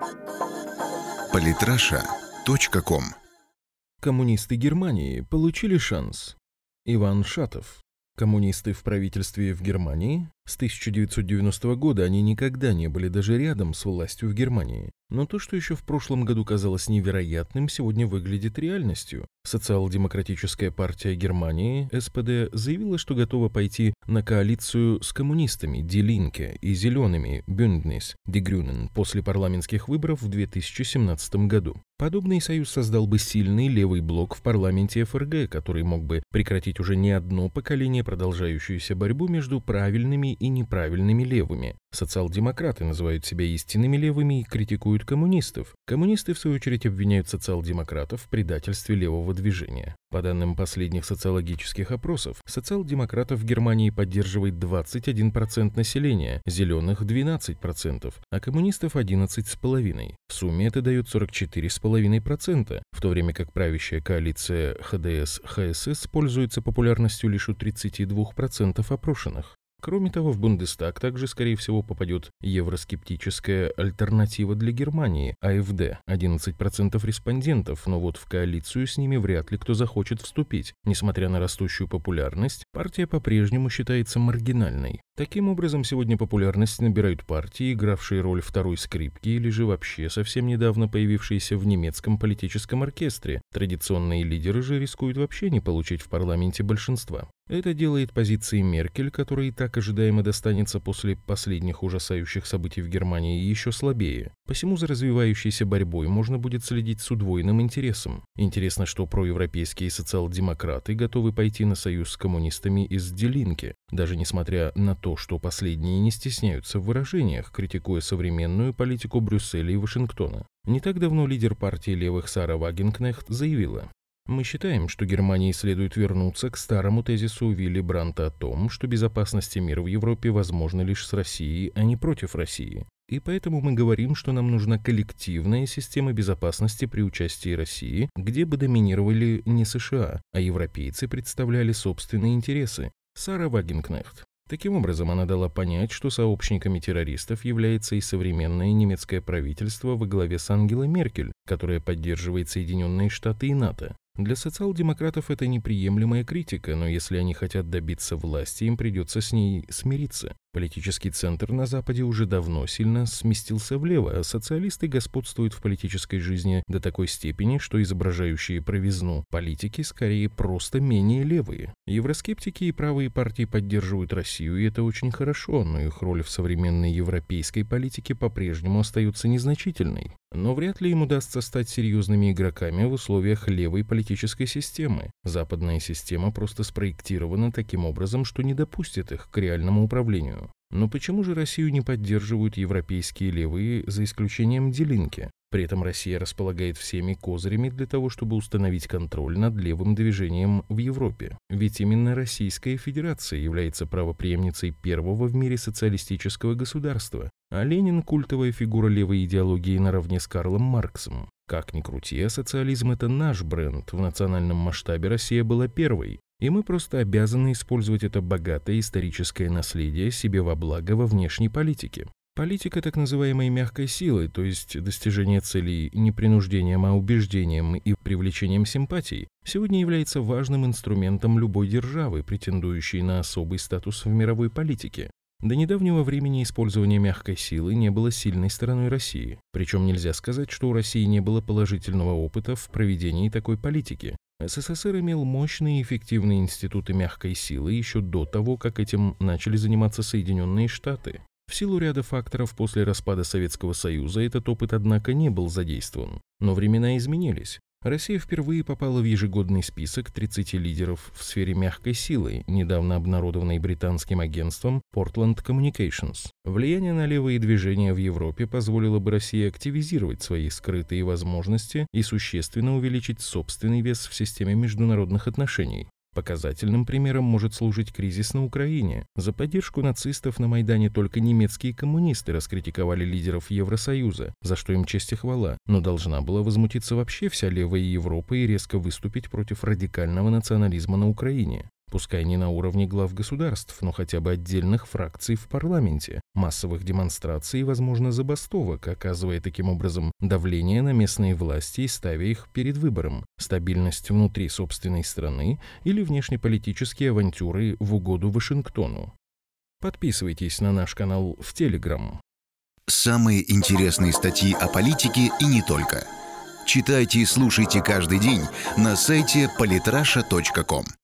Политраша.ком. Коммунисты Германии получили шанс. Иван Шатов. Коммунисты в правительстве в Германии? С 1990 года они никогда не были даже рядом с властью в Германии. Но то, что еще в прошлом году казалось невероятным, сегодня выглядит реальностью. Социал-демократическая партия Германии, СПД, заявила, что готова пойти на коалицию с коммунистами, Die Linke, и зелеными, Bündnis, Die Grünen, после парламентских выборов в 2017 году. Подобный союз создал бы сильный левый блок в парламенте ФРГ, который мог бы прекратить уже не одно поколение продолжающуюся борьбу между правильными и неправильными левыми. Социал-демократы называют себя истинными левыми и критикуют коммунистов. Коммунисты, в свою очередь, обвиняют социал-демократов в предательстве левого движения. По данным последних социологических опросов, социал-демократов в Германии поддерживает 21% населения, зеленых 12%, а коммунистов 11,5%. В сумме это дает 44,5%, в то время как правящая коалиция ХДС-ХСС пользуется популярностью лишь у 32% опрошенных. Кроме того, в Бундестаг также, скорее всего, попадет евроскептическая альтернатива для Германии, АФД, 11% респондентов, но вот в коалицию с ними вряд ли кто захочет вступить. Несмотря на растущую популярность, партия по-прежнему считается маргинальной. Таким образом, сегодня популярность набирают партии, игравшие роль второй скрипки или же вообще совсем недавно появившиеся в немецком политическом оркестре. Традиционные лидеры же рискуют вообще не получить в парламенте большинства. Это делает позиции Меркель, которой и так ожидаемо достанется после последних ужасающих событий в Германии, еще слабее. Посему за развивающейся борьбой можно будет следить с удвоенным интересом. Интересно, что проевропейские социал-демократы готовы пойти на союз с коммунистами из Die Linke, даже несмотря на то, что последние не стесняются в выражениях, критикуя современную политику Брюсселя и Вашингтона. Не так давно лидер партии левых Сара Вагенкнехт заявила: «Мы считаем, что Германии следует вернуться к старому тезису Вилли Брандта о том, что безопасность и мир в Европе возможны лишь с Россией, а не против России. И поэтому мы говорим, что нам нужна коллективная система безопасности при участии России, где бы доминировали не США, а европейцы представляли собственные интересы». Сара Вагенкнехт. Таким образом, она дала понять, что сообщниками террористов является и современное немецкое правительство во главе с Ангелой Меркель, которая поддерживает Соединенные Штаты и НАТО. Для социал-демократов это неприемлемая критика, но если они хотят добиться власти, им придется с ней смириться. Политический центр на Западе уже давно сильно сместился влево, а социалисты господствуют в политической жизни до такой степени, что изображающие правизну политики скорее просто менее левые. Евроскептики и правые партии поддерживают Россию, и это очень хорошо, но их роль в современной европейской политике по-прежнему остается незначительной. Но вряд ли им удастся стать серьезными игроками в условиях левой политической системы. Западная система просто спроектирована таким образом, что не допустит их к реальному управлению. Но почему же Россию не поддерживают европейские левые, за исключением Die Linke? При этом Россия располагает всеми козырями для того, чтобы установить контроль над левым движением в Европе. Ведь именно Российская Федерация является правопреемницей первого в мире социалистического государства, а Ленин – культовая фигура левой идеологии наравне с Карлом Марксом. Как ни крути, а социализм – это наш бренд. В национальном масштабе Россия была первой. И мы просто обязаны использовать это богатое историческое наследие себе во благо во внешней политике. Политика так называемой мягкой силы, то есть достижение целей не принуждением, а убеждением и привлечением симпатий, сегодня является важным инструментом любой державы, претендующей на особый статус в мировой политике. До недавнего времени использование мягкой силы не было сильной стороной России. Причем нельзя сказать, что у России не было положительного опыта в проведении такой политики. СССР имел мощные и эффективные институты мягкой силы еще до того, как этим начали заниматься Соединенные Штаты. В силу ряда факторов после распада Советского Союза этот опыт, однако, не был задействован. Но времена изменились. Россия впервые попала в ежегодный список 30 лидеров в сфере мягкой силы, недавно обнародованный британским агентством Portland Communications. Влияние на левые движения в Европе позволило бы России активизировать свои скрытые возможности и существенно увеличить собственный вес в системе международных отношений. Показательным примером может служить кризис на Украине. За поддержку нацистов на Майдане только немецкие коммунисты раскритиковали лидеров Евросоюза, за что им честь и хвала, но должна была возмутиться вообще вся левая Европа и резко выступить против радикального национализма на Украине. Пускай не на уровне глав государств, но хотя бы отдельных фракций в парламенте, массовых демонстраций и, возможно, забастовок, оказывая таким образом давление на местные власти и ставя их перед выбором: стабильность внутри собственной страны или внешнеполитические авантюры в угоду Вашингтону. Подписывайтесь на наш канал в Telegram. Самые интересные статьи о политике и не только. Читайте и слушайте каждый день на сайте polytrasha.com.